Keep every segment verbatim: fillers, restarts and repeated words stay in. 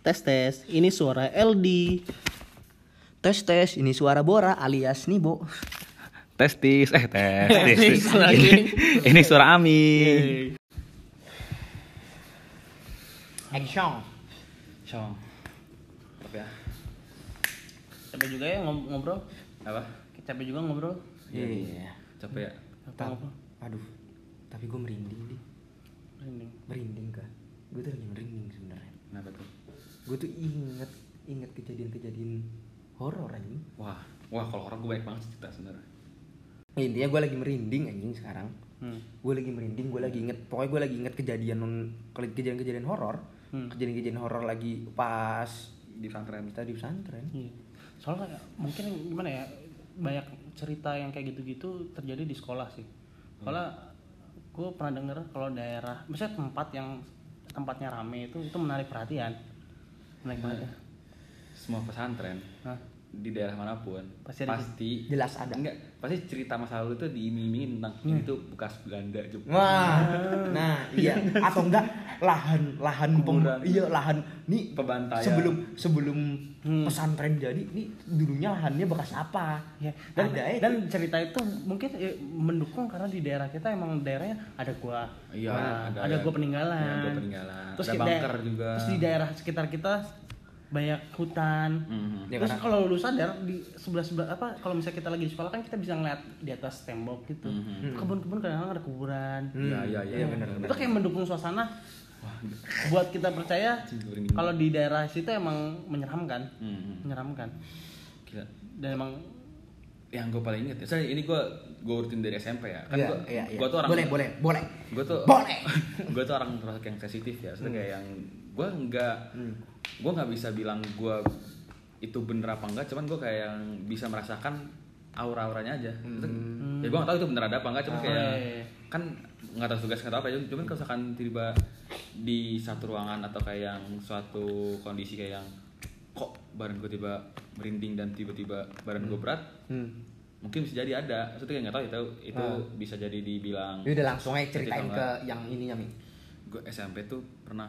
Tes tes, ini suara L D. Tes tes, ini suara Bora alias Nibo. Testis, eh testis. Testis lagi. ini, ini suara Ami. Action. Song. Apa ya? Capek juga ya ngob- ngobrol. Apa? Capek juga ngobrol. Iya. Yeah. Capek ya? Apa ngobrol? Aduh, tapi gue merinding nih. Merinding. Merinding kah? Gue tuh lagi merinding sebenarnya. Kenapa tuh? Gue tuh inget inget kejadian-kejadian horor anjing. Wah, wah kalau horor gue banyak banget cerita sebenarnya. Intinya gue lagi merinding anjing sekarang. Hmm. Gue lagi merinding, gue lagi inget, pokoknya gue lagi inget kejadian kejadian-kejadian horor, Hmm. kejadian-kejadian horor lagi pas Di pesantren. kita di pesantren. Iya. Soalnya mungkin gimana ya, banyak cerita yang kayak gitu-gitu terjadi di sekolah sih. Soalnya gue pernah denger kalau daerah, misalnya tempat yang tempatnya rame itu itu menarik perhatian. Menarik perhatian. Semua pesantren Hah? di daerah manapun Pasti ada pasti Jelas ada. enggak pasti cerita masa lalu itu diiming-imingin tentang ini tuh bekas Belanda coba. Wah, nah iya atau enggak lahan lahan pem, Kuburan. iya lahan nih Pembantaian. sebelum sebelum Hmm. pesantren jadi nih dulunya lahannya bekas apa? Ya, dan Ada, eh. dan cerita itu mungkin eh, mendukung karena di daerah kita emang daerahnya ada gua, Iya, nah, ada ada, ya. gua peninggalan, Ya, gua peninggalan. terus Ada di daer- bunker juga. terus di daerah sekitar kita banyak hutan. Mhm. Ya, Terus karena- kalau lu sadar di sebelah sebelah apa kalau misalnya kita lagi di sekolah kan kita bisa ngeliat di atas tembok gitu, Mhm. kebun-kebun kadang-kadang ada kuburan. Iya, iya, iya. Iya, benar, benar. Itu kayak mendukung suasana. Buat kita percaya Merinding. kalau di daerah situ emang menyeramkan, Mhm. menyeramkan. Gila. Dan emang Yang gue paling inget ya, saya ini gue gue rutin dari S M P ya, kan Iya, gue iya, iya. gue tuh orang boleh boleh boleh gue tuh boleh. gue tuh orang termasuk yang sensitif ya, maksudnya kayak yang gue nggak Hmm. gue nggak bisa bilang gue itu bener apa enggak, cuman gue kayak yang bisa merasakan aura-auranya aja. Maksudnya, ya gue nggak tahu itu bener ada apa enggak, cuman Ah, kayak iya, iya. kan nggak tahu tugas nggak tahu apa ya, cuman kalau misalkan tiba di satu ruangan atau kayak yang suatu kondisi kayak yang kok badan gue tiba merinding dan tiba-tiba badan gue berat, Hmm. mungkin bisa jadi ada, maksudnya kayak nggak tahu itu itu Ah. bisa jadi dibilang. Ya udah langsung aja ceritain Cerita ke nggak? yang ininya Mi. Gue S M P tuh pernah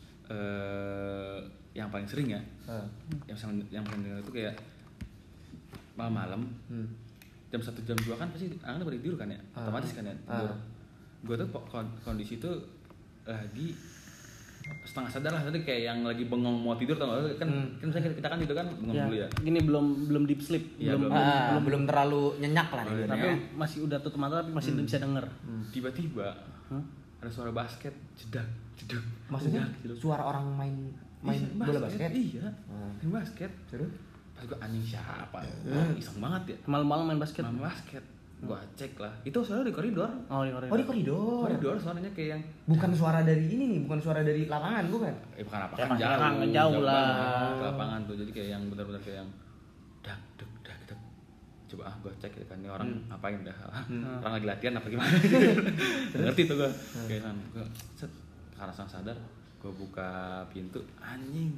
eh yang paling sering ya, Ah. yang yang yang paling sering itu kayak malam-malam Hmm. jam satu jam dua kan pasti anak pada tidur kan ya, Ah. otomatis kan ya Ah. tidur. Gue tuh po- kon- kondisi tuh lagi setengah sadar lah, tadi kayak yang lagi bengong mau tidur tau gak? Kan Hmm. kan misalnya kita kan tidur kan bengong ya, dulu ya. gini belum belum deep sleep, Iya, belum, belum. Ah, belum, belum terlalu nyenyak lah Oh, nih. iya. tapi Ya. masih udah tutup mata tapi masih bisa denger. Tiba-tiba Hah? ada suara basket, jedak, jeduk. Maksudnya jedak, jeduk. suara orang main main Iya, bola basket. Iya, Ah. main basket. Terus? Pas gue anjing siapa? Wah, iseng banget ya. Malam-malam main basket. Main basket. Gua cek lah. Itu suara di koridor. Oh, di koridor. Oh di koridor. Koridor suaranya kayak yang Bukan suara dari ini nih, bukan suara dari lapangan bukan? eh bukan apa Ya, kan kan jauh. jauh, jauh lah. banget ke lapangan tuh. Jadi kayak yang benar-benar kayak yang dak duk dak duk. Coba ah gua cek ya kan ini orang ngapain dah. Hmm. Orang lagi latihan apa gimana. Ngerti tuh gua. Kayak kan gua set karena sang sadar gua buka pintu anjing.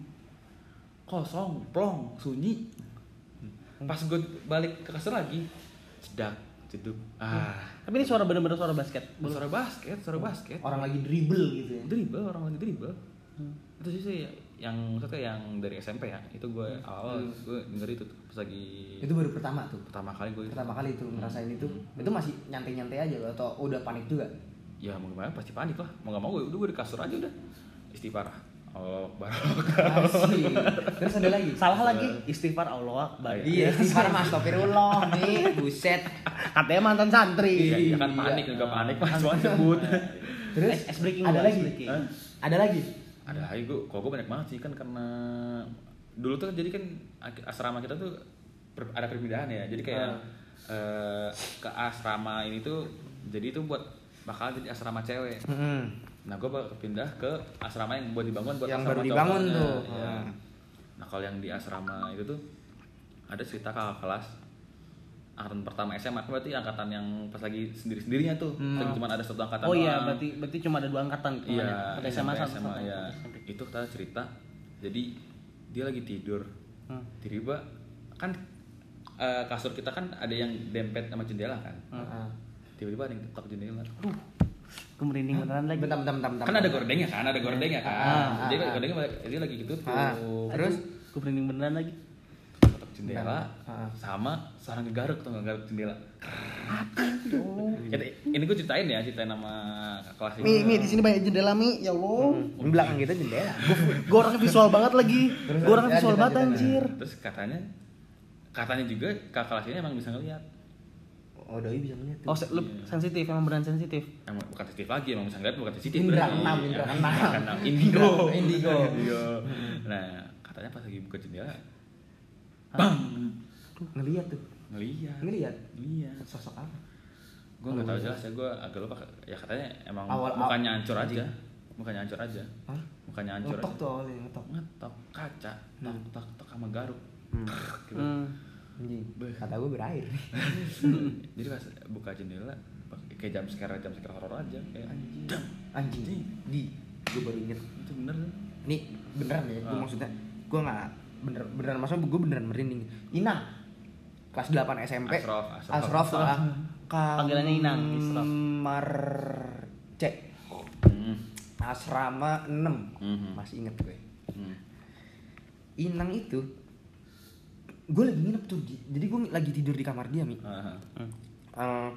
Kosong, plong, sunyi. Pas gua balik ke kasur lagi, cedak, ceduk. Ah, Tapi ini suara bener-bener suara basket. suara basket, suara basket. Orang lagi dribble gitu ya. Dribble, orang lagi dribble. Itu sih sih yang maksudnya yang dari S M P ya. Itu gue awal gue denger itu tuh pas lagi Itu baru pertama tuh. pertama kali gue itu. Pertama kali itu ngerasain itu. Itu masih nyantai-nyantai aja atau udah panik juga? Ya mau gimana pasti panik lah. Mau gak mau gue udah gue di kasur aja udah. Istighfar. Allah Akbar. Asik. Terus ada lagi? Salah lagi istighfar Allah Akbar. Iya, istighfar mas, astagfirullah nih, buset. Katanya mantan santri. Iya, iya kan panik juga panik pas soalnya sebut. Terus Ice- ice breaking ada gua, lagi? ice breaking. Hah? Ada lagi? Ada lagi gue, kalau gue banyak banget sih kan karena dulu tuh jadi kan asrama kita tuh per- ada perpindahan ya. Jadi kayak eh, ke asrama ini tuh jadi itu buat bakal jadi asrama cewek. Nah gue bakal pindah ke asrama yang buat dibangun buat Yang asrama baru dibangun cowoknya. tuh. Iya. Hmm. Nah kalau yang di asrama itu tuh ada cerita kakak kelas angkatan pertama S M A, berarti angkatan yang pas lagi sendiri-sendirinya tuh, hmm. cuma ada satu angkatan Oh iya, doang. berarti berarti cuma ada dua angkatan Iya, Ada S M A S satu M A satu. ya. Itu kita cerita. Jadi dia lagi tidur. Hmm. Tiba-tiba kan eh, kasur kita kan ada yang dempet sama jendela kan. Heeh. Tiba-tiba ada yang ketok jendela. Gue merinding beneran lagi. Bentar, bentar, bentar, bentar. Kan ada gordengnya kan, ada gordengnya kan. Ah, Jadi ah, gordengnya dia lagi gitu tuh. Ah, terus Gue merinding beneran lagi. ketok jendela Ah. sama suara ngegaruk tuh ngegaruk jendela. Kita- Ini gue ceritain ya, ceritain nama kelas Mi, mi ini. di sini banyak jendela mi, ya Allah. di belakang kita jendela. Gue orangnya visual banget lagi. Gue orangnya Lanjut, visual lanjut, banget lanjut. anjir. Terus katanya katanya juga kakak kelas ini emang bisa ngeliat. Oh, doi bisa ngeliat tuh. Oh, se- lu sensitif, emang beneran sensitif. Emang bukan sensitif lagi, emang bisa ngeliat bukan sensitif. Indra berarti. keenam, indra Ya, keenam. indra keenam. Indigo. Indigo. Indigo. Nah, katanya pas lagi buka jendela, bang, Ngeliat tuh. ngeliat, Ngeliat. ngeliat. Sosok apa? Gue nggak tahu jelas ya, gue agak lupa. Ya katanya emang Awal- mukanya hancur aja, mukanya hancur aja, Hah? mukanya hancur Ngetok aja. tuh awalnya, ngetok. Ngetok kaca, tok Hmm. tok tok sama garuk. Hmm. Gitu. Hmm. Anjing. Beuh. Kata gue berair. Jadi pas buka jendela, kayak jam sekarang jam sekarang horor aja, kayak Anjing. dam. Anjing. Di. Gue baru inget. Itu bener. Nih beneran ya, gue Ah. maksudnya gue nggak bener beneran maksudnya gue beneran merinding. Inang kelas delapan S M P. Asrof, Asrof. Asrof lah. Panggilannya Inang, Asrof. Kamar C. Hmm. Asrama enam. Mhm. Masih inget gue. Hmm. Inang itu gue lagi nginep tuh, di- jadi gue lagi tidur di kamar dia mi. Aha. Eh,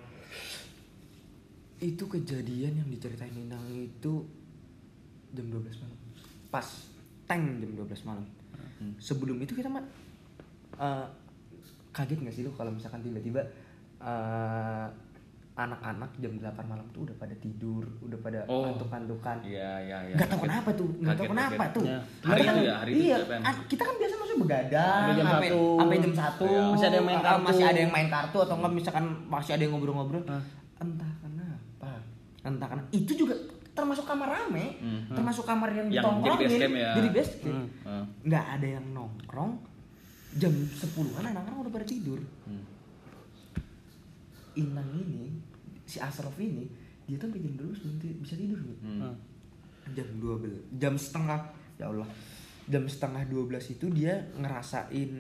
itu kejadian yang diceritain Inang itu jam dua belas malam. Pas tank jam dua belas malam. Hmm. Sebelum itu kita mah eh, kaget gak sih lu kalau misalkan tiba-tiba eh, anak-anak jam delapan malam tuh udah pada tidur, udah pada Oh. ngantuk-ngantukan. Iya, iya, iya. Gak tau Kaget. kenapa tuh, gak tau Kaget, kenapa kaget. tuh. Ya. Hari Kita itu kan- ya, hari itu iya, siapa yang- an- kita kan biasa maksudnya begadang Sampai jam sampai satu. sampai jam satu. Iya. Masih ada yang main Ah, kartu. masih ada yang main kartu atau enggak misalkan masih ada yang ngobrol-ngobrol. Hah. Entah kenapa. Entah kenapa. Itu juga termasuk kamar rame, Hmm. termasuk kamar yang Yang ditongkrongin. jadi base camp ya. Jadi base camp. Hmm. Ah. Nggak ada yang nongkrong. Jam sepuluhan anak-anak udah pada tidur. Hmm. Inang ini, si Asrof ini, dia tuh sampai jam dua belas belum ti- bisa tidur nih. Hmm. Jam dua belas, jam setengah, ya Allah, jam setengah dua belas itu dia ngerasain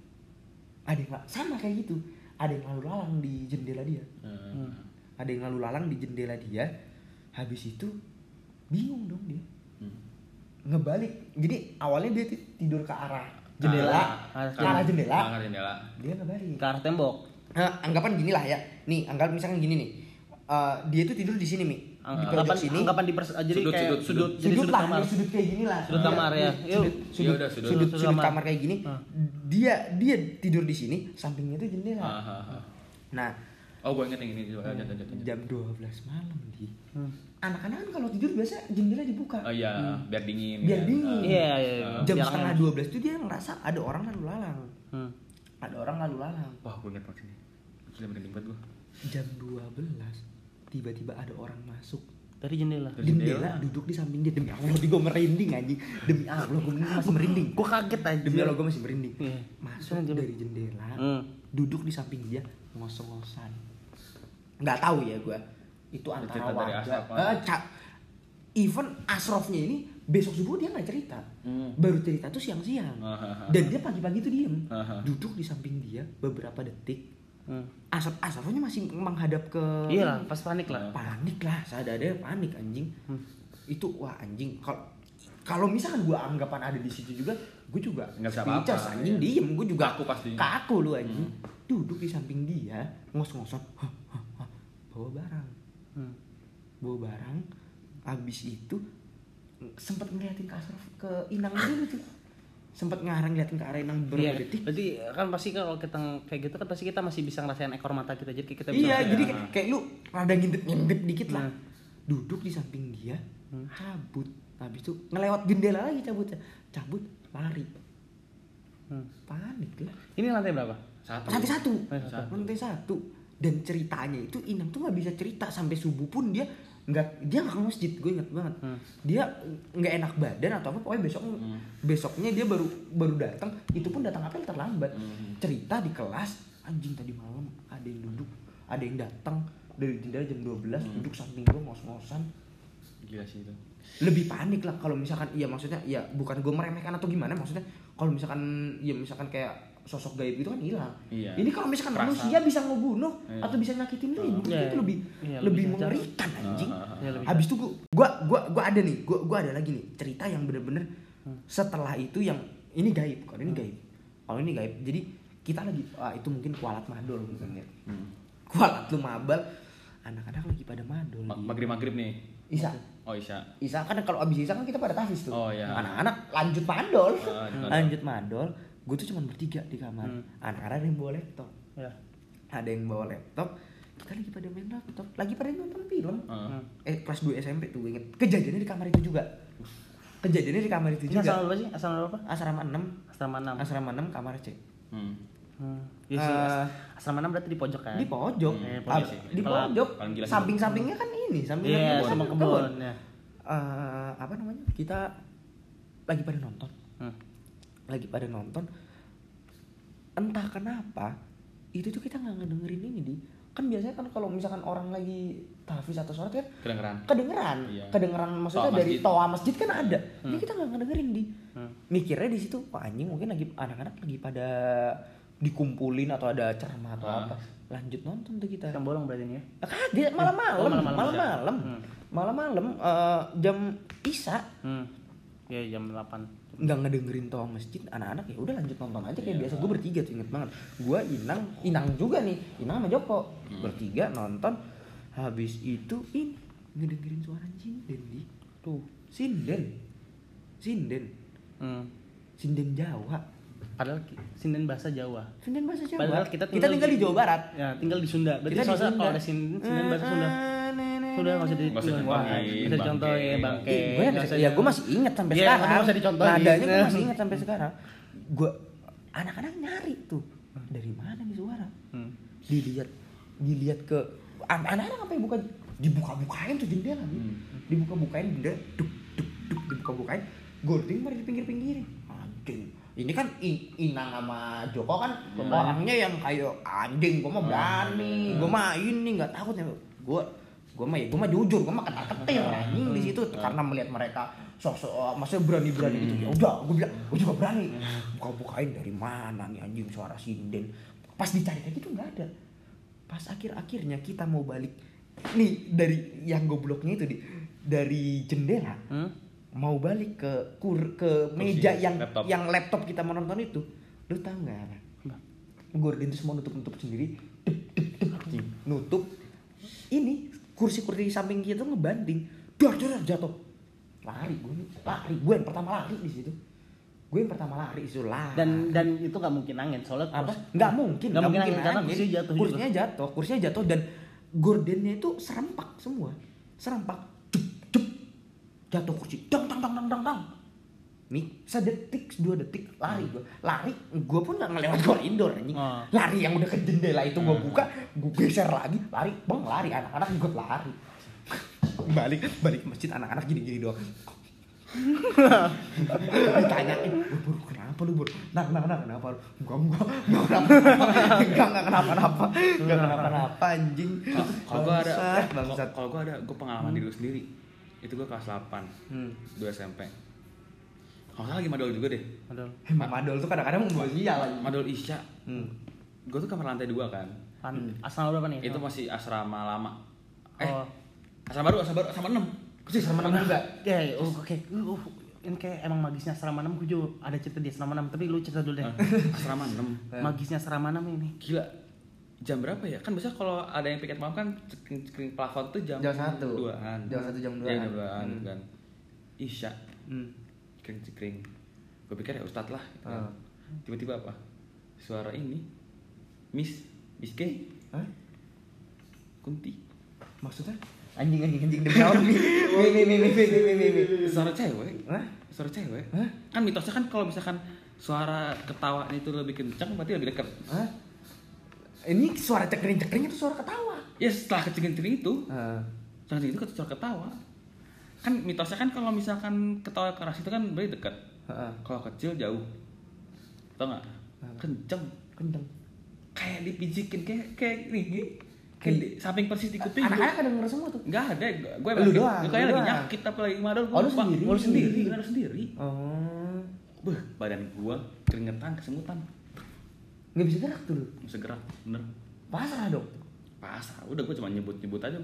ada yang la- sama kayak gitu, ada yang lalu lalang di jendela dia, Hmm. ada yang lalu lalang di jendela dia. Habis itu bingung dong dia, Hmm. ngebalik. Jadi awalnya dia ti- tidur ke arah jendela, arah ke arah jendela, Ke arah jendela. dia ngebalik. Ke arah tembok. Nah, anggapan gini lah ya, nih anggap misalkan gini nih, Eh, dia tuh tidur di sini mi, di pojok Anggapan sini. anggapan di pers- jadi Sudut, kayak sudut, sudut, sudut. jadi Sudut sudut lah, kamar. ya, sudut kayak gini lah. Sudut Iya, kamar ya. iya, Yuk. Sudut, Ya sudut, udah, sudut. sudut, Sudut sudut kamar. kamar kayak gini. Ah. Dia dia tidur di sini, sampingnya tuh jendela. Ah, ah, ah. Nah, Oh, gue inget yang ini coba lanjut lanjut. lanjut. jam dua belas malam di. Hmm. Anak-anak kan kalau tidur biasa jendela dibuka. Oh iya, biar dingin. Biar kan. dingin. Ah. Iya, iya, iya. Ah. Jam Jarang setengah enak. dua belas tuh dia ngerasa ada orang lalu lalang. Hmm. Ada orang lalu lalang. Wah, gue inget banget ini. Gila merinding banget gue. Jam dua belas tiba-tiba ada orang masuk. Dari jendela. Dari Jendela jendela. duduk di samping dia. Demi Allah gue merinding anjing. Demi Allah gue masih merinding. Gue kaget aja. Demi Allah gue masih merinding. Iya. Masuk Jendela. dari jendela, Hmm. duduk di samping dia, ngos-ngosan. Nggak tahu ya gue. Itu antara Cerita dari warga. Ashraf, Eh, ca- even Asrofnya ini besok subuh dia nggak cerita. Hmm. Baru cerita tuh siang-siang. Ah, ah, ah. Dan dia pagi-pagi tuh diem. Ah, ah. Duduk di samping dia beberapa detik. Hmm. Asraf Asrofnya masih menghadap ke Iya lah, pas panik lah. panik lah, sadar-sadar panik anjing. Hmm. Itu wah anjing. Kalau kalau misalkan gue anggapan ada di situ juga, gue juga Nggak bisa speechless, apa-apa, anjing, iya. diem, gue juga Kaku pasti. kaku lu anjing. Duduk di samping dia, ngos-ngosan, hah, hah, hah, bawa barang, Hmm. bawa barang. Abis itu sempet ngeliatin ke Asraf, ke Inang dulu tuh, sempet ngarang ngeliatin ke arah Inang beberapa Iya, detik. berarti kan pasti kalau kita kayak gitu kan pasti kita masih bisa ngerasain ekor mata kita, jadi kita bisa Iya, ngerasain. jadi kayak, kayak lu rada ngintip-ngintip dikit lah. Nah. Duduk di samping dia, Hmm. cabut. Habis itu ngelewat jendela lagi cabutnya. Cabut, lari. Hmm. Panik lah. Ini lantai berapa? Satu. Lantai satu. Lantai satu. Lantai satu. Dan ceritanya itu Inang tuh nggak bisa cerita sampai subuh pun dia nggak dia nggak ke masjid, gue inget banget. Hmm. Dia nggak enak badan atau apa, pokoknya besok Hmm. besoknya dia baru baru datang. Itu pun datang apa yang terlambat. Hmm. Cerita di kelas, anjing tadi malam ada yang duduk, ada yang datang dari jendela jam dua belas Hmm. duduk samping gue ngos-ngosan. Gila sih itu. Lebih panik lah kalau misalkan iya maksudnya ya bukan gue meremehkan atau gimana, maksudnya kalau misalkan ya misalkan kayak sosok gaib itu kan hilang. Iya. Ini kalau misalkan Perasaan. manusia bisa ngebunuh Iya. atau bisa nyakitin lu, Iya. itu lebih Iya, lebih lebih mengerikan anjing. Ah, ah, ah. Ya lebih bisa. Habis itu gua gua gua gua ada nih, gua gua ada lagi nih cerita yang bener-bener Hmm. setelah itu yang ini gaib, kalau ini Hmm. gaib. Kalau ini gaib. Jadi kita lagi ah, itu mungkin kualat madol mungkin ya. Hmm. Kualat lu mabal, anak-anak lagi pada madol. Ma- Maghrib maghrib nih. Isa. Oh Isya. Isa kan kalau abis Isa kan kita pada tahfiz tuh. Oh, iya. Anak-anak lanjut madol. Ah, lanjut madol. lanjut madol. Gue tuh cuma bertiga di kamar. Hmm. Anak-anak ada yang bawa laptop. Ya. Ada yang bawa laptop. Kita lagi pada main laptop. Lagi pada nonton film. Ah. Eh kelas dua S M P tuh gue inget. Kejadiannya di kamar itu juga. Kejadiannya di kamar itu Ini juga. asal apa sih? Asal apa? Asrama enam. Asrama enam. Asrama enam kamar C. Hmm. Hmm. Iya sih. Eh, as- asrama enam berarti di pojok kan? Di pojok. Hmm, Eh, Ah, pojok sih. di Paling- pojok. paling gila sih. Samping-sampingnya kan ini, sampingnya Iya, kan sama kebun. Ya. Eh, apa namanya? Kita lagi pada nonton. Hmm. Lagi pada nonton. Entah kenapa itu tuh kita nggak ngedengerin ini di. Kan biasanya kan kalau misalkan orang lagi tahfiz atau sholat kan Kedengeran. kedengeran, Iya. kedengeran maksudnya Toa dari masjid. toa masjid kan ada. Ini Hmm. kita nggak ngedengerin di. Hmm. Mikirnya di situ, wah anjing mungkin lagi anak-anak lagi pada dikumpulin atau ada ceramah atau Ah. apa. Lanjut nonton tuh kita. Yang bolong berarti ini ya. Ah, Kaget malam-malam, Oh, malam-malam. malam-malam, Hmm. malam-malam eh, jam Isya Hmm. Ya jam delapan. nggak ngedengerin toa masjid, anak-anak ya udah lanjut nonton aja kayak Iya. biasa. Gue bertiga tuh inget banget. Gue Inang, Inang juga nih, Inang sama Joko Hmm. bertiga nonton. Habis itu ini ngedengerin suara sinden di tuh sinden, sinden, Hmm. sinden Jawa, Padahal ki- sinden bahasa Jawa. sinden bahasa Jawa. Padahal kita kita tinggal di Jawa Barat. Ya, tinggal di Sunda. Berarti Kita di soalnya Sunda. kalau ada sinden, sinden bahasa Sunda. Sudah nggak usah Nggak usah dicontohin. dicontohin, Bisa dicontohin bangke. bangke. Ih, gue Nggak usah ya di- gue masih ingat sampai Iya, sekarang. tapi nggak usah dicontohin. Nadanya gue masih ingat sampai sekarang. Gue anak-anak nyari tuh dari mana nih suara? Hmm. Dilihat, dilihat ke an- anak-anak sampai buka dibuka-bukain tuh jendela nih. Hmm. Dibuka-bukain jendela, duk duk duk dibuka-bukain. Gording mari di pinggir-pinggirin. Anjing. Ini kan I- Inang sama Joko kan Hmm. orangnya yang kayak anjing, gue mah berani, Hmm. gue mah ini nggak takut ya. Gue gue mah ya gue mah jujur, gue mah ketar-ketir anjing di situ karena melihat mereka sosok uh, maksudnya berani-berani gitu ya udah gue bilang gue juga berani buka-bukain dari mana nih anjing suara sinden. Pas dicari kayak gitu nggak ada. Pas akhir-akhirnya kita mau balik nih dari yang gobloknya itu di dari jendela Hmm? mau balik ke kur ke meja yang laptop. yang laptop kita mau nonton itu. Lu tahu nggak apa? Apa? Gordon tuh semua nutup-nutup sendiri, dup, dup, dup, nutup. Ini kursi-kursi samping kita tuh ngebanting, dar dar jatuh. Lari gue nih, lari gue yang pertama lari di situ. Gue yang pertama lari itu lah. Dan dan itu nggak mungkin angin soalnya apa? kursi- Nggak mungkin, nggak mungkin angin karena angin. kursinya jatuh juga. Kursinya jatuh, kursinya jatuh dan gordennya itu serempak semua, serempak, dup, dup. Jatuh kursi, dang dang dang dang dang dang. Nih, sedetik, dua detik lari gue, lari, gue pun nggak ngelewat koridor anjing, Oh. lari yang udah ke jendela itu gue buka, gue geser lagi, lari, bang lari, anak-anak ikut lari, balik balik ke masjid anak-anak gini-gini doang. Ditanyain, "Lu, Bur, kenapa lu Bur? Nah, nah, nah, kenapa lu? Enggak, enggak, enggak kenapa-napa, enggak, enggak kenapa-napa, enggak kenapa-napa anjing. Kalau gua ada, Bangsat, eh, bangsat. kalau gua ada, gua pengalaman diri gua sendiri. Itu gua kelas delapan, Hmm. dua S M P. Kalau nggak lagi madol juga deh. Aduh. Emang madol tuh kadang-kadang membawa sial lagi. Madol Isya. Hmm. Gua tuh kamar lantai dua kan. Pan, Hmm. asal berapa nih? Itu masih asrama lama. Eh, Oh. asrama baru, asrama baru, asrama enam. Kecil sama enam juga. Ya, ya, oh, oke. Uh, uh, ini kayak emang magisnya asrama enam gue juga ada cerita di asrama enam, tapi lu cerita dulu deh. Asrama enam. Magisnya asrama enam ini. Gila. Jam berapa ya? Kan biasa kalau ada yang piket malam kan screen plafon tuh jam Jam satu. duaan. Jam satu, jam duaan. Iya, jam duaan Hmm. kan. Isya. Hmm. Cekring-cekring. Gue pikir ya ustadz lah gitu kan. Ah. Tiba-tiba apa? Suara ini Miss Miss K Hah? Kunti. Maksudnya? Anjing anjing anjing demi Allah nih. Nih nih nih nih nih nih nih, nih. Suara cewek. Hah? Suara cewek. Hah? Kan mitosnya kan kalau misalkan suara ketawa itu lebih kencang berarti lebih dekat. Hah? Ini suara cekring-cekring itu suara ketawa. Ya setelah kecil-kecil itu, Heeh. setelah kecil itu suara ketawa. Kan mitosnya kan kalau misalkan ketawa keras itu kan berarti dekat. Heeh. Kalau kecil jauh. Tau nggak? Kenceng. Kenceng. Kayak dipijikin kayak kayak nih. Kayak di samping persis di kuping. Anak-anak ada denger semua tuh. Enggak ada, gue Lu doang, gue kayak lu lagi doang. nyakit apa lagi madol. Oh, lu sendiri? Gue sendiri, gue sendiri. Oh. Beuh, badan gue keringetan, kesemutan. Nggak bisa gerak tuh lu. Segera, bener. Pasrah dong. Pasrah, udah gue cuma nyebut-nyebut aja gue.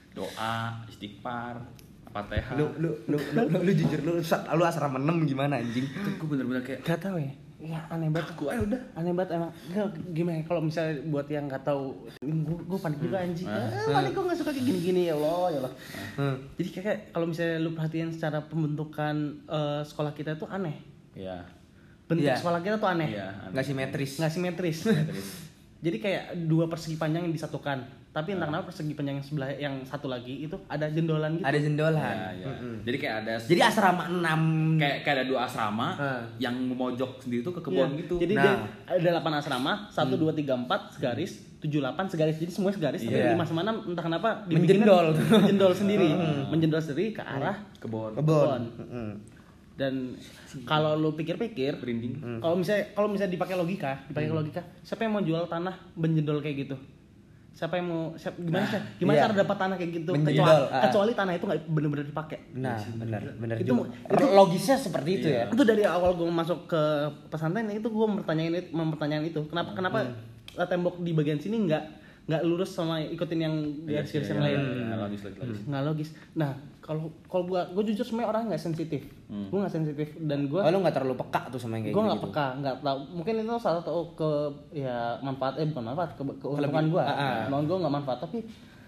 doa, istighfar, Fatihah. Lu lu lu lu, lu, lu jujur lu sat- lu asrama enam gimana anjing? Itu gue bener-bener kayak Gak tau ya. Ya aneh banget. gue aja udah. Aneh banget emang. Gak, gimana ya, kalau misalnya buat yang nggak tahu, gue gue panik juga anjing. Ah. Eh, panik gue nggak suka kayak gini-gini ya Allah ya Allah. Hmm. Jadi kayak kalau misalnya lu perhatiin secara pembentukan eh, sekolah kita itu aneh. Iya. Bentuk Iya. sekolah kita tuh aneh. Iya. Nggak simetris. Nggak simetris. Terus. Jadi kayak dua persegi panjang yang disatukan. Tapi entah kenapa persegi panjang yang sebelah yang satu lagi itu ada jendolan gitu. Ada jendolan. Iya, iya. Jadi kayak ada Jadi asrama enam kayak kayak ada dua asrama Ah. yang memojok sendiri tuh ke kebun Iya. gitu. Jadi Nah. dia ada delapan asrama, satu dua tiga empat segaris, tujuh delapan segaris. Jadi semua segaris tapi Iya. lima sama enam entah kenapa Menjendol. menjendol sendiri. Menjendol sendiri ke arah kebun. kebun. kebun. Dan kalau lu pikir-pikir, Berinding. kalau misalnya kalau misalnya dipakai logika, dipakai logika, siapa yang mau jual tanah menjendol kayak gitu? Siapa yang mau siapa, gimana sih? Gimana iya. cara dapat tanah kayak gitu? Menjendol, Kecuali, ah. kecuali tanah itu nggak benar-benar dipakai. Nah, benar, benar Itu- juga. itu- Logisnya seperti itu ya. Itu dari awal gue masuk ke pesantren itu gue mempertanyain itu, mempertanyakan itu. Kenapa kenapa tembok di bagian sini nggak nggak lurus sama ikutin yang Iya, garis-garis iya, yang iya, lain? iya, logis, logis, logis. Nggak logis. Nah kalau kalau gue gue jujur sebenarnya orang nggak sensitif. Hmm. Gue nggak sensitif dan gue Oh, lu nggak terlalu peka tuh sama yang kayak gue gitu. nggak peka, nggak tahu. Mungkin itu salah satu ke ya manfaat eh bukan manfaat ke keuntungan gue. Ah, ah. Keuntungan gue nggak manfaat tapi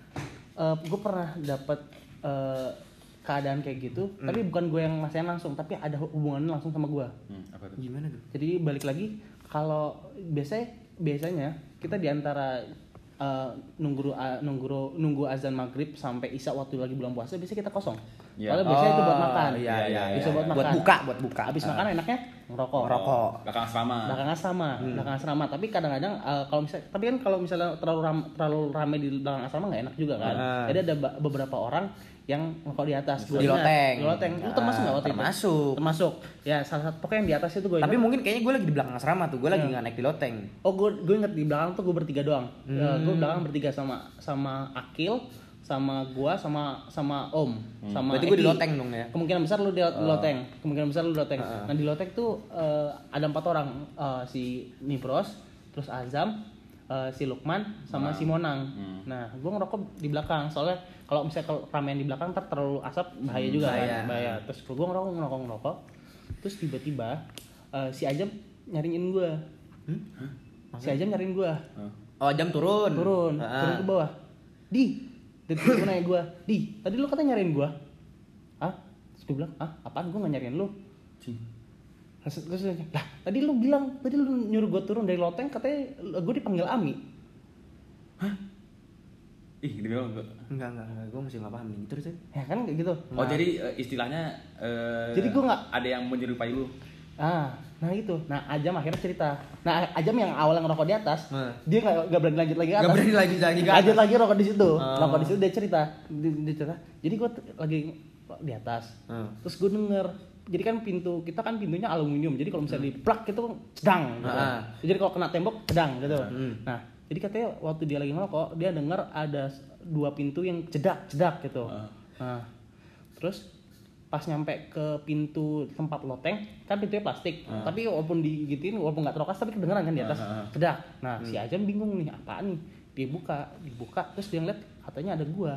gue pernah dapat eh, keadaan kayak gitu. Tapi bukan gue yang ngerasain langsung, tapi ada hubungannya langsung sama gue. Hmm, apa tuh? Gimana tuh? Jadi balik lagi kalau biasanya biasanya kita diantara uh, nunggu uh, nunggu nunggu azan maghrib sampai isya waktu lagi bulan puasa biasanya kita kosong. Iya. Kalau biasanya itu buat makan. Iya, iya, Bisa iya. buat Buat makan. buka, buat buka. Habis Ah. makan enaknya ngerokok. Ngerokok. Belakang asrama. Belakang asrama, belakang asrama. Tapi kadang-kadang uh, kalau misalnya, tapi kan kalau misalnya terlalu ram, terlalu rame di belakang asrama nggak enak juga kan. Ah. Jadi ada ba- beberapa orang yang ngerokok di atas. Di Gua ingat, loteng. Di loteng. Lu termasuk nggak waktu itu? Termasuk. Termasuk. Ya salah satu pokoknya yang di atas itu gue. Tapi mungkin kayaknya gue lagi di belakang asrama tuh, gue lagi Iya. nggak naik di loteng. Oh gue gue inget di belakang tuh gue bertiga doang. Hmm. Ya, gue belakang bertiga sama sama Akil, sama gua, sama sama Om, sama Berarti gue di Eki. loteng dong ya. Kemungkinan besar lu di, di loteng. Kemungkinan besar lu di loteng. Uh-uh. Nah di loteng tuh eh, ada empat orang, Eh, si Nibros, terus Azam, eh, si Lukman, sama Monang. si Monang. Hmm. Nah gue ngerokok di belakang. Soalnya kalau misalnya kalau ramean di belakang ntar terlalu asap bahaya Hmm, juga bahaya. kan. Bahaya. Terus gue ngerokok ngerokok ngerokok. Terus tiba-tiba eh, si Azam nyariin gue. Si Azam nyariin gue. Hah? Oh, jam turun. turun Ah. turun ke bawah di dia turun nanya gue di tadi lu katanya nyariin gue ah terus gue bilang ah apaan gue nggak nyariin lu Cing. terus terus dia, lah tadi lu bilang tadi lu nyuruh gue turun dari loteng katanya gue dipanggil Ami. Ih, demi Allah enggak. Enggak, enggak, enggak. Gue masih nggak paham nih. Terus ya. Ya kan kayak gitu. Oh, jadi eh, istilahnya eh, Jadi gua nggak- ada yang menyerupai lu. Ah, nah itu. Nah, Ajam akhirnya cerita. Nah, Ajam yang awalnya ngerokok di atas, Nah. dia nggak nggak berani lanjut lagi ke atas. Nggak berani lagi lagi ke Lanjut atas. lagi rokok di situ. Oh. Rokok di situ dia cerita. Dia, dia cerita. Jadi gua t- lagi di atas. Hmm. Terus gue denger. Jadi kan pintu kita kan pintunya aluminium. Jadi kalau misalnya diplak itu cedang gitu. Ah. Jadi kalau kena tembok cedang gitu. Hmm. Nah, jadi katanya waktu dia lagi ngerokok, dia denger ada s- dua pintu yang cedak-cedak gitu. Ah. Nah, terus pas nyampe ke pintu tempat loteng, kan pintunya plastik. Ah. Tapi walaupun digituin, walaupun nggak terokas tapi kedengeran kan di atas. Ah, ah, ah. Cedak. Nah, si Ajam bingung nih, apaan nih? Dia buka, dibuka terus dia ngeliat katanya ada gua.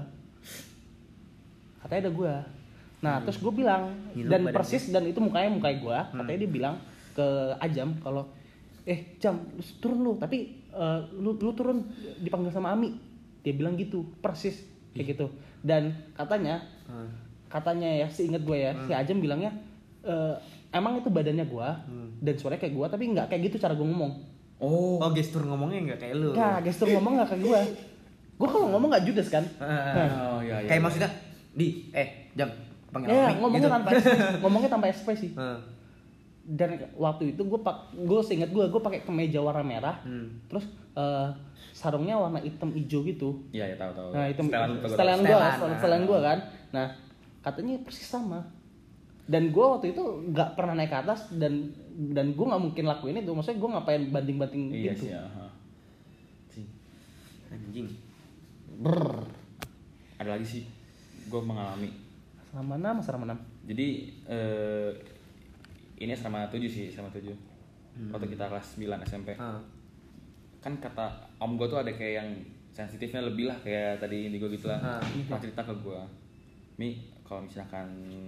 Katanya ada gua. Nah, terus gue bilang Ngilu dan badan persis dan itu mukanya mukai gua, katanya dia bilang ke Ajam kalau eh Jam lu turun lu tapi eh, lu lu turun dipanggil sama Ami. Dia bilang gitu, persis kayak gitu. Dan katanya Hmm. katanya ya seingat gue ya, si Ajam bilangnya eh, emang itu badannya gua dan suaranya kayak gua tapi nggak kayak gitu cara gue ngomong. Oh. Oh, gestur ngomongnya nggak kayak lu. Nah, gestur ngomong nggak kayak gua. Gua kalau ngomong nggak judes kan? Ah. Oh, iya iya. Kayak iya. maksudnya di eh jam panggil Ya, Ami, ngomongnya gitu. tanpa ekspresi, ngomongnya tanpa ekspresi. Hmm. Dan waktu itu gue pak gue seingat gue gue pakai kemeja warna merah, Hmm. terus eh, sarungnya warna hitam hijau gitu. Iya, ya tahu tahu. Nah itu Setelan lu, tahu, setelan tahu. gue Setelan, setelan nah. gue kan. Nah katanya persis sama. Dan gue waktu itu nggak pernah naik ke atas dan dan gue nggak mungkin lakuin itu. Maksudnya gue ngapain banting banting Iya gitu. sih, ya. ha. Cing. Anjing. Brr. Ada lagi sih gue mengalami. Sama enam sama enam. Jadi eh, ini asrama tujuh sih, asrama tujuh. Waktu kita kelas sembilan S M P. Ah. Kan kata om gue tuh ada kayak yang sensitifnya lebih lah kayak tadi indigo gitu lah. Ah, Pernah cerita ke gue, Mi kalau misalkan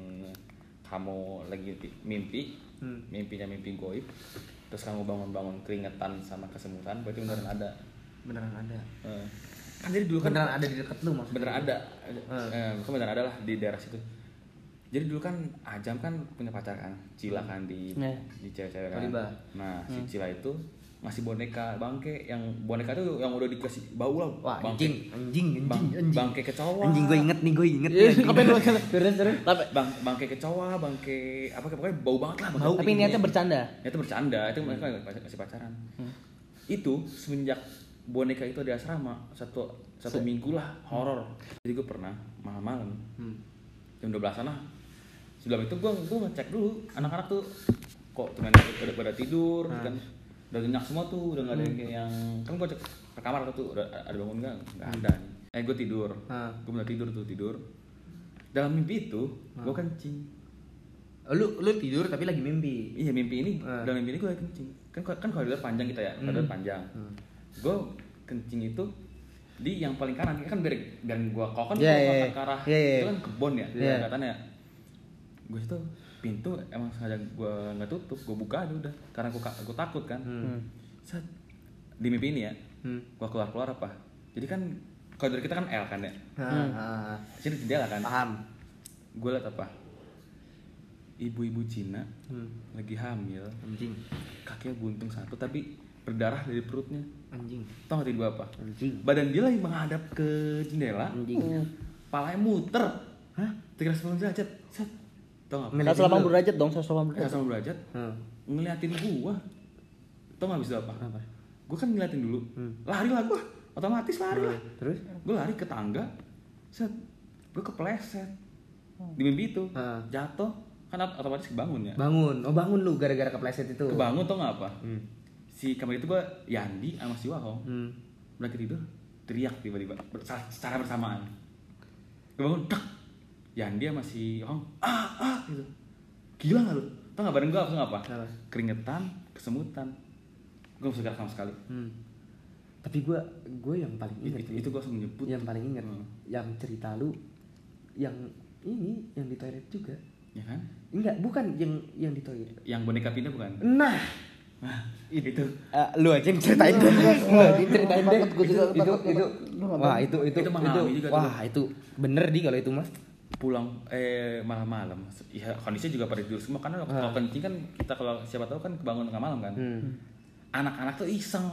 kamu lagi mimpi, hmm. mimpinya mimpi goib, terus kamu bangun-bangun keringetan sama kesemutan, berarti beneran ada. Beneran ada. Uh, kan jadi dulu kan beneran ada di dekat lu maksudnya. Beneran ada. Uh. Eh, kan beneran ada lah di daerah situ. Jadi dulu kan Ajam kan punya pacar kan, Cila kan di yeah. di cewek-cewek kan. Kaliba. Nah, hmm. si Cila itu ngasih boneka bangke yang boneka tuh yang udah dikasih bau lah. Wah, bangke. anjing, anjing, anjing, Bang, anjing. Bangke kecoa. Anjing gue inget nih, gue inget. Ngapain lu terus terus. Bang, bangke kecoa, bangke apa pokoknya bau banget lah. Bau. Tapi niatnya bercanda. Niatnya bercanda, itu mereka masih pacaran. Hmm. Itu semenjak boneka itu di asrama satu satu Se- minggu lah horor. Jadi gue pernah malam-malam hmm. jam dua belas sana. Sebelum itu gue gue ngecek dulu anak-anak tuh kok teman pada pada tidur hmm. kan udah nyenyak semua tuh udah nggak ada hmm. yang kan gue cek ke kamar tuh udah ada bangun nggak nggak ada. Eh gue tidur, hmm. gue bener tidur tuh tidur. Dalam mimpi itu hmm. gue kencing. Lu lu tidur tapi lagi mimpi. Iya mimpi ini hmm. dalam mimpi ini gue kencing. Kan kan koridor panjang kita ya koridor hmm. panjang. Hmm. Gue kencing itu di yang paling kanan kan biar biar gue kalau kan yeah, gue yeah, ke arah yeah, yeah. itu kan kebon ya yeah. katanya. Gue itu pintu emang sengaja gue nggak tutup, gue buka aja udah karena gue gue takut kan. Hmm. Saat di mimpi ini ya, hmm. gue keluar keluar apa? Jadi kan koridor kita kan L kan ya. Hmm. Hmm. Sini jendela kan. Paham. Gue liat apa? Ibu-ibu Cina hmm. lagi hamil. Anjing. Kakinya buntung satu tapi berdarah dari perutnya. Anjing. Tau gak tiba apa? Anjing. Badan dia lagi menghadap ke jendela. Anjing. Palanya muter. Hah? tiga ratus sembilan puluh derajat. Set. Tau gak? seratus delapan puluh derajat dong, seratus delapan puluh derajat. seratus delapan puluh derajat. Hmm. Ngeliatin gua. Tau gak bisa apa? Apa? Gua kan ngeliatin dulu. Hmm. Lari lah gua. Otomatis lari hmm. lah. Terus? Gua lari ke tangga. Set. Gua kepleset. Di mimpi itu. Hmm. Jatuh. Kan otomatis kebangun ya. Bangun. Oh bangun lu gara-gara kepleset itu. Kebangun tau gak apa? Hmm. Si kamar itu gua Yandi sama si Wahong. Hmm. Mereka tidur. Teriak tiba-tiba. Secara bersamaan. Kebangun. Dak. Yandi sama si Wahong. Ah ah gitu. Gila gak lu? Tau gak badan gua langsung apa? Apa? Keringetan, kesemutan. Gua gak bisa gerak sama sekali. Hmm. Tapi gue gue yang paling inget itu, itu gue langsung nyebut yang paling inget hmm. yang cerita lu yang ini yang di toilet juga ya kan enggak bukan yang yang di toilet yang boneka pindah bukan nah nah itu uh, lu aja yang ceritain deh lu aja yang ceritain deh itu itu itu, itu wah itu itu itu, itu, itu wah itu bener di kalau itu mas pulang eh malam-malam ya kondisinya juga pada tidur semua karena kalau hmm. kencing kan kita kalau siapa tahu kan kebangun tengah malam kan hmm. anak-anak tuh iseng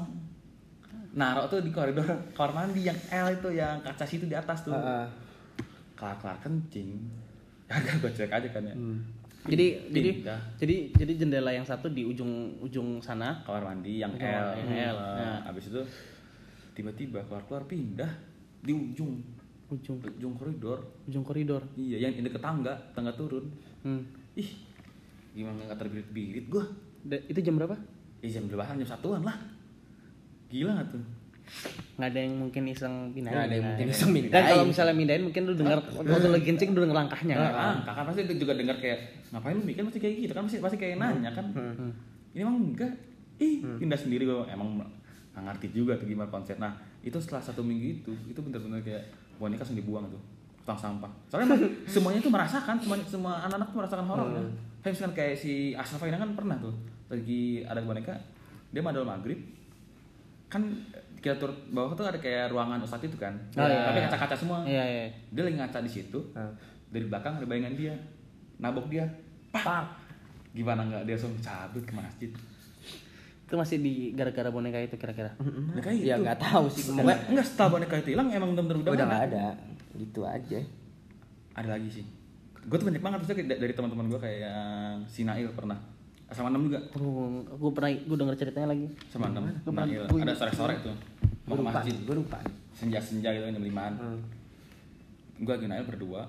naruh tuh di koridor kamar mandi yang L itu yang kaca situ di atas tuh. Uh, uh. Kelar-kelar kencing. Ya kan gue cek aja kan ya. Hmm. Jadi jadi jadi jadi jendela yang satu di ujung ujung sana kamar mandi yang ujung L. Yang L. Nah, ya. Abis itu tiba-tiba keluar-keluar pindah di ujung ujung ujung koridor. Ujung koridor. Iya, yang ini ke tangga, tangga turun. Hmm. Ih. Gimana enggak terbirit-birit gua? Itu jam berapa? Ya jam delapan jam satuan lah. Gila gak tuh? Gak ada yang mungkin iseng pindahin. Gak ada yang mungkin iseng pindahin. Dan kalau misalnya pindahin mungkin lu dengar waktu lagi kencing lu denger langkahnya. Nah, kan? Kakak pasti juga denger kayak ngapain lu mikir pasti kayak gitu kan pasti pasti kayak nanya kan. Hmm. Ini emang enggak. Ih, pindah sendiri gua emang enggak ngerti juga tuh gimana konsep. Nah, itu setelah satu minggu itu, itu benar-benar kayak boneka langsung dibuang tuh. Tong sampah. Soalnya emang semuanya tuh merasakan, semuanya semua anak-anak tuh merasakan horornya. Hmm. Kayak misalkan kayak si Ashraf ini kan pernah tuh lagi ada boneka, dia madol maghrib kan kita turun bawah tuh ada kayak ruangan ustadz itu kan, oh, iya, tapi iya. kaca-kaca semua. Iya, iya. Dia lagi ngaca di situ, hmm. dari belakang ada bayangan dia, nabok dia, pak, gimana nggak dia langsung cabut ke masjid. Itu masih di gara-gara boneka itu kira-kira? Boneka itu? Ya nggak tahu sih. Enggak, enggak setelah boneka itu hilang emang bener-bener udah udah nggak ada. Gitu aja. Ada lagi sih. Gue tuh banyak banget tuh dari teman-teman gue kayak yang si Nail pernah. Sama enam juga. Oh, gue pernah gue denger ceritanya lagi. Sama enam. Nail. Ada sore-sore tuh. Mau ke masjid. Gue lupa. Senja-senja gitu jam limaan. Hmm. Gue lagi Nail berdua.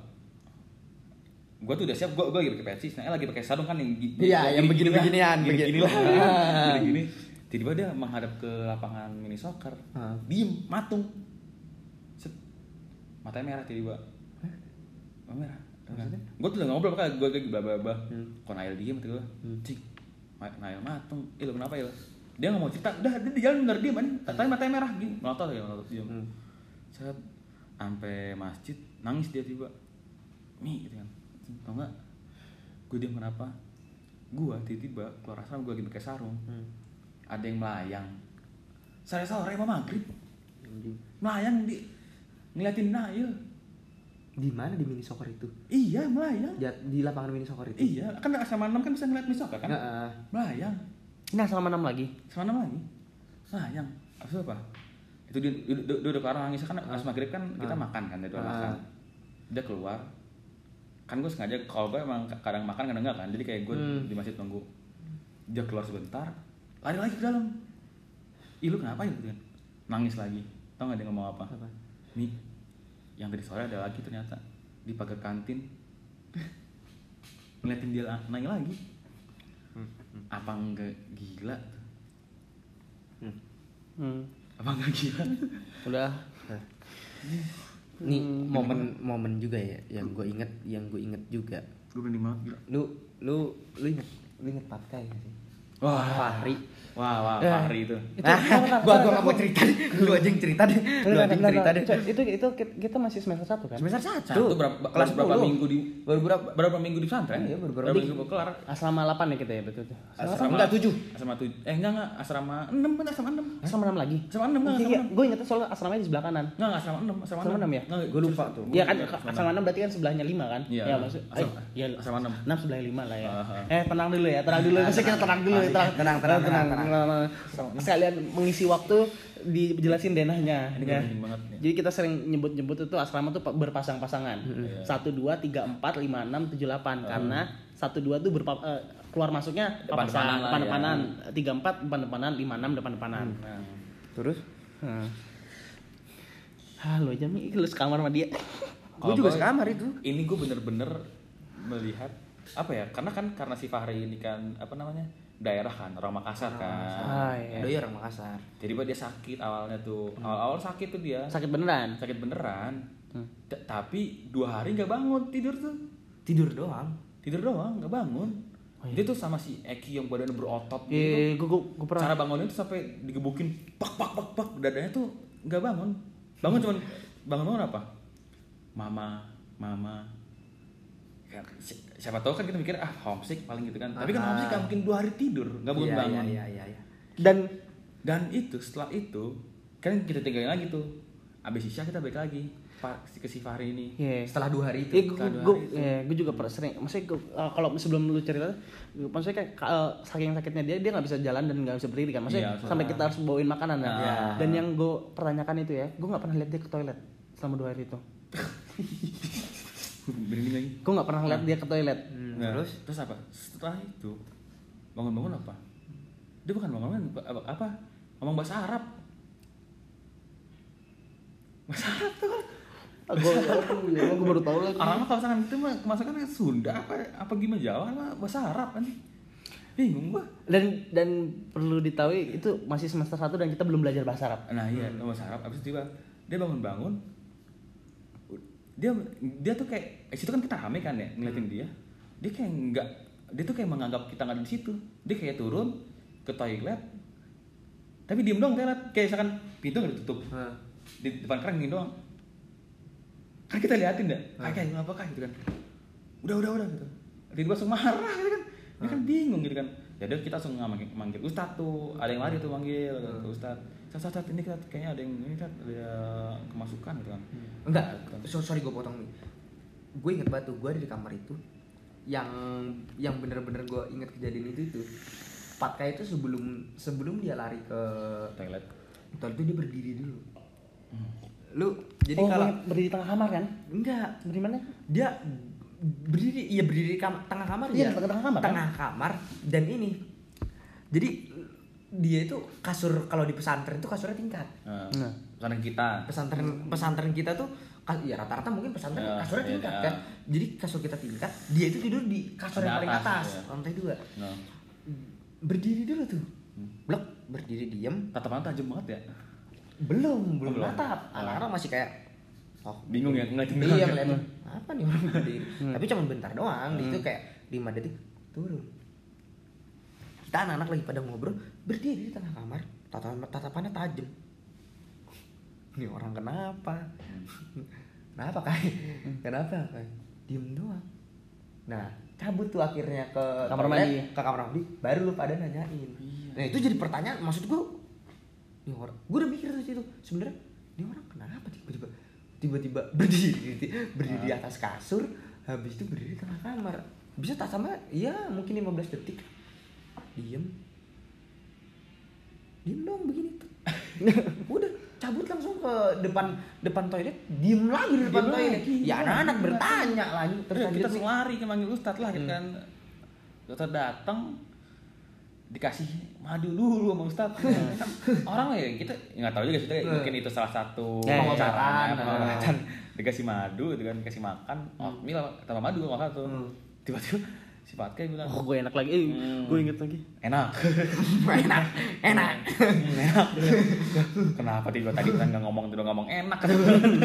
Gue tuh udah siap. Gue gue lagi pakai peci. Nail lagi pakai sarung kan yang iya yang begini-beginian. Begini lah. Begini. Tiba-tiba dia menghadap ke lapangan mini soccer. Hmm. Diem, matung. Set. Matanya merah tiba-tiba. Hah? Merah. Gue tuh udah ngobrol kayak gue kayak baba-baba. Hmm. Kok Nail diem gitu gue. Hmm. Cing. Nail matung. Eh lu kenapa ya? Dia enggak mau cerita. Udah dia di jalan bener diem kan. Tapi matanya merah gini. Melotot ya, melotot diem. Hmm. Set sampai masjid nangis dia tiba. Mi gitu kan. Tau enggak? Gue diam kenapa? Gua tiba-tiba keluar asrama gue lagi pakai sarung. Hmm. Ada yang melayang. Saya sore mau maghrib. Melayang di ngeliatin Nail. Di mana di mini soccer itu? Iya, melayang. Di, di lapangan mini soccer itu. Iya, kan asrama enam kan bisa ngeliat mini soccer kan? Heeh. Melayang. Ini selama enam lagi. Selama enam lagi. Melayang. Abis itu apa? Itu dia dia udah keluar nangis kan pas maghrib kan kita makan kan, dia makan. Dia keluar. Kan gue sengaja kalau gue emang kadang makan kadang enggak kan. Jadi kayak gue hmm. di masjid nunggu. Dia keluar sebentar, lari lagi ke dalam. Ih lu kenapa ya gitu kan? Nangis lagi. Tau enggak dia ngomong apa? Apa? Nih, yang tadi sore ada lagi ternyata di pagar kantin. Ngeliatin dia naik lagi. Hmm. Apa enggak gila? Hmm. Hmm. Apa enggak gila? Udah. Nih hmm. momen momen juga ya yang gue inget yang gue inget juga. Gue berani banget. Lu lu lu inget lu inget Patkai gak sih? Wah, Fahri. Wah, wah, Fahri itu. Itu nah, gua gua enggak mau cerita deh. Lu aja yang cerita deh. Lu aja yang cerita deh. Itu itu kita masih semester satu kan? Semester satu. Itu berapa kelas berapa minggu di baru berapa berapa minggu di pesantren? Iya, baru berapa minggu kelar. Asrama delapan ya kita ya betul tuh. Asrama enggak tujuh. Asrama tujuh. Eh enggak enggak, asrama enam kan asrama enam. Asrama enam lagi. Asrama enam enggak. Iya, gue ingetnya soal asramanya di sebelah kanan. Enggak, asrama enam, asrama enam ya? Gue lupa tuh. Iya kan asrama enam berarti kan sebelahnya lima kan? Iya, maksud. Iya, asrama enam. enam sebelahnya lima lah ya. Eh, tenang dulu ya, tenang dulu. Mesti kita tenang dulu, tenang. Tenang, tenang, tenang. Sekalian mengisi waktu dijelasin denahnya ini ya. Banget, ya. Jadi kita sering nyebut-nyebut itu asrama tuh berpasang-pasangan. satu dua tiga empat lima enam tujuh delapan karena satu dua tuh berpa, uh, keluar masuknya papasan depan-depanan, tiga empat depan-depanan, lima enam depan-depanan. Hmm. Nah. Terus Hmm. Ah, lu aja Mi, lu sekamar sama dia. Gue juga sekamar itu. Ini gue bener-bener melihat apa ya? Karena kan karena si Fahri ini kan apa namanya? Daerah kan, orang Makassar kan. Ah, iya. Doi orang Makassar. Jadi dia sakit awalnya tuh. Hmm. Awal-awal sakit tuh dia. Sakit beneran. Sakit beneran. Hmm. T- tapi dua hari nggak bangun tidur tuh. Tidur doang. Tidur doang, nggak bangun. Oh, iya. Dia tuh sama si Eki yang badannya berotot gitu. Iya, gue gue pernah. Cara bangunnya tuh sampai digebukin, pak pak pak pak, dadanya tuh nggak bangun. Bangun cuman bangun bangun apa? Mama, mama. Ya, siapa tahu kan kita mikir ah homesick paling gitu kan. Ah, tapi kan homesick kan mungkin dua hari tidur, nggak bangun bangun. Iya, iya, iya, iya. Dan dan itu setelah itu kan kita tinggalin lagi tuh. Abis isya kita balik lagi. Pak ke si Fahri ini. Yeah. Setelah dua hari itu. Iya, gue gue yeah, gue juga pernah sering. Maksudnya gua, uh, kalau sebelum lu cerita, maksudnya kayak uh, saking sakitnya dia dia nggak bisa jalan dan nggak bisa berdiri kan. Maksudnya yeah, sampai kita harus bawain makanan kan. Yeah. Dan yang gue pertanyakan itu ya, gue nggak pernah lihat dia ke toilet selama dua hari itu. Berani lagi. Gue nggak pernah lihat dia ke toilet. Hmm. Nah, terus terus apa? Setelah itu bangun-bangun apa? Dia bukan bangun-bangun apa? apa? Ngomong bahasa Arab. Bahasa Arab tuh kan. Gue gue baru tahu lagi. Orang mah kalau misalkan itu mah kemasakan Sunda apa apa gimana Jawa mah bahasa Arab kan. Bingung gua. Dan dan perlu diketahui itu masih semester satu dan kita belum belajar bahasa Arab. Nah, iya, hmm. bahasa Arab. Habis tiba dia bangun-bangun. Dia dia tuh kayak eh, situ kan kita rame kan ya ngeliatin hmm. dia. Dia kayak enggak dia tuh kayak menganggap kita enggak ada di situ. Dia kayak turun ke toilet. Tapi diem doang toilet. Kayak misalkan pintu enggak ditutup. Hmm. Di depan keran gini doang. Kan kita liatin dah, kayak ngapa kah gitu kan, udah udah udah gitu, tiba-tiba langsung marah gitu kan, dia kan bingung gitu kan, ya udah kita langsung manggil, manggil Ustadz tuh, ada yang lari tuh manggil, hmm. Ustadz, Ustadz, Ustadz ini kita kayaknya ada yang ini kan ada kemasukan gitu kan, enggak, so, sorry gue potong nih, gue inget banget tuh, gue ada di kamar itu, yang yang bener-bener gue inget kejadian itu itu, Patka itu sebelum sebelum dia lari ke toilet, toilet itu dia berdiri dulu. Hmm. Lu jadi oh, kalau berdiri di tengah kamar kan? Enggak, berdiri mana? Dia berdiri, iya berdiri di kam- tengah kamar iya, ya. Tengah kamar. Tengah kan? kamar dan ini. Jadi dia itu kasur kalau di pesantren itu kasurnya tingkat. Nah, pesantren kita. Pesantren pesantren kita tuh ya rata-rata mungkin pesantren ya, kasurnya tingkat ya, kan. Jadi kasur kita tingkat, dia itu tidur di kasur yang paling atas, ya. Lantai dua. Nah. Berdiri dulu tuh. Blok, berdiri diem. Tatapan tajam banget ya. Belum, belum natap. Anak-anak masih kayak oh, bingung ya ngeliatin. Iya, ngeliatin. Apa nih orang berdiri? Hmm. Tapi cuma bentar doang. Hmm. Di situ kayak lima detik turun. Kita anak-anak lagi pada ngobrol, berdiri di tengah kamar, tatapan tatapannya tajam. Ini orang kenapa? Kenapa Kai? Kenapa Kai? Diem doang. Nah, cabut tuh akhirnya ke Kamar toilet, mandi. ke kamar mandi, baru lu pada nanyain. Iya. Nah, itu jadi pertanyaan, maksud gua ini orang, gua udah mikir dari situ. Sebenarnya ini orang kenapa tiba-tiba tiba-tiba berdiri berdiri di atas kasur, habis itu berdiri di tengah kamar. Bisa tak sama ya mungkin lima belas detik. Diem. Diem dong begini tuh. Udah cabut langsung ke depan depan toilet, diem lagi di depan Diem toilet. lagi, Ya anak-anak bertanya lah terus Terus kita lanjut nih. lari ke manggil ustadz lah gitu Hmm. kan. Dokter datang dikasih madu dulu sama ustadz. Kan orang ya kita nggak tahu juga sih Hmm. mungkin itu salah satu Ya, ya. caranya Pengobatan. pengobatan. Dikasih madu gitu kan, dikasih makan oatmeal tambah madu kalau nggak salah tuh. Hmm. Tiba-tiba si Patke bilang Oh, gue enak lagi. Eh, Hmm. gue inget lagi. enak. enak, enak. enak. Kenapa tiba tadi kan nggak ngomong udah ngomong enak kan?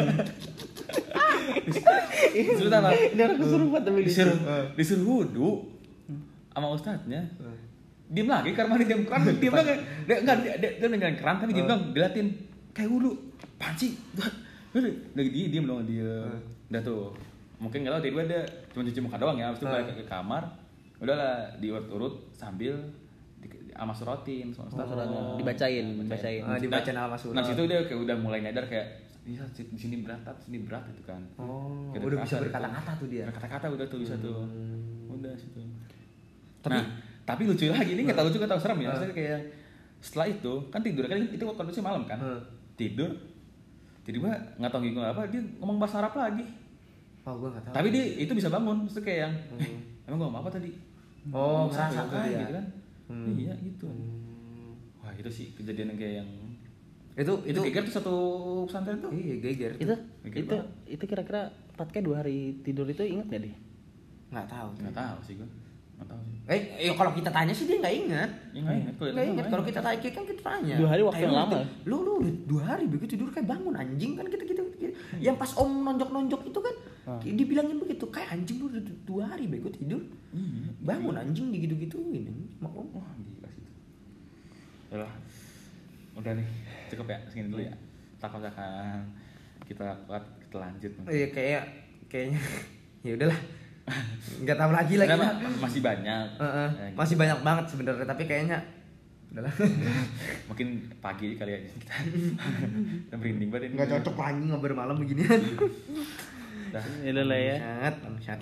Disuruh apa? Ini orang kesurupan tapi Disuruh disuruh wudhu sama ustadznya. Diem lagi karena mandi diem keran, diem lagi. Dia enggak dia dia, dia ninggalin keran tapi diem dong, diliatin kayak wudhu. Panci. Udah lagi dia diem dong dia. Udah tuh. Mungkin enggak tahu tiba dia cuma cuci muka doang ya, habis itu balik ke kamar. Udahlah diurut-urut sambil di- sama surotin sama ustaz Oh, dibacain, dibacain. Ah, dibacain sama surat. Nah, situ dia kayak udah mulai nyadar kayak iya di sini berat, di sini berat gitu kan. Oh, Kayak udah kerasa bisa gitu. berkata-kata tuh dia. Berkata-kata udah tuh bisa tuh. Hmm. Udah situ. Tapi- nah, tapi lucu lagi ini nggak tahu lucu nggak tahu serem ya. Maksudnya kayak setelah itu kan tidur kan itu kondisi malam kan. Hmm. Tidur tiba-tiba nggak tahu ngomong apa dia ngomong bahasa Arab lagi. Oh, gua enggak tahu. Tapi dia itu bisa bangun, maksudnya kayak yang Hmm. eh, emang gua ngomong apa tadi? Oh, Ngomong ngerasa apa tuh ya, dia. gitu kan. Hmm. Iya gitu. Hmm. Wah, itu sih kejadian yang kayak yang Itu itu itu geger tuh satu pesantren tuh. iya geger. Itu Mikir itu banget. itu kira-kira Patke dua hari tidur itu inget gak deh? Enggak tahu. Nggak tahu sih gua. Nggak tahu sih. Eh, eh, kalau kita tanya sih dia nggak ingat. Ya, nggak ingat. Nggak ingat. Kalau kita tanya kan kita tanya. Dua hari waktu Kayak yang lu lama. gitu, Lu lu udah dua hari begitu tidur kayak bangun anjing kan kita gitu. gitu. Yang pas om nonjok-nonjok itu kan Ah. dibilangin begitu kayak anjing lu udah dua hari bego tidur. Iya. Bangun anjing digitu-gituin sama om. Wah, gila sih itu. Udah. Udah nih, cukup ya segini dulu ya. Takut akan kita kuat kita lanjut. Iya kayak kayaknya ya udahlah. Nggak tahu lagi lagi. Karena masih banyak. Heeh, Ya, gitu. masih banyak banget sebenarnya tapi kayaknya udahlah. Mungkin pagi kali aja kita. Kita merinding banget ini. Nggak cocok lah anjing ngobrol malam beginian. Dah. Ya udah lah ya. Bangsat, bangsat.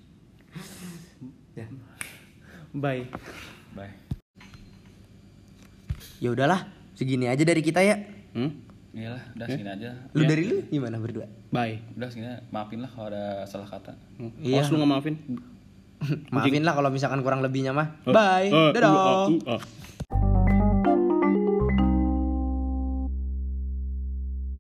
Ya. Bye. Bye. Ya udahlah, segini aja dari kita ya. Hmm? Iyalah, udah segini aja. Lu Ya. dari lu gimana berdua? Bye. Udah segini. Maafin lah kalau ada salah kata. Hmm. Iya. Awas lu nggak maafin. Maafin lah kalau misalkan kurang lebihnya mah. Eh, Bye. eh, Dadah. uh, uh, uh.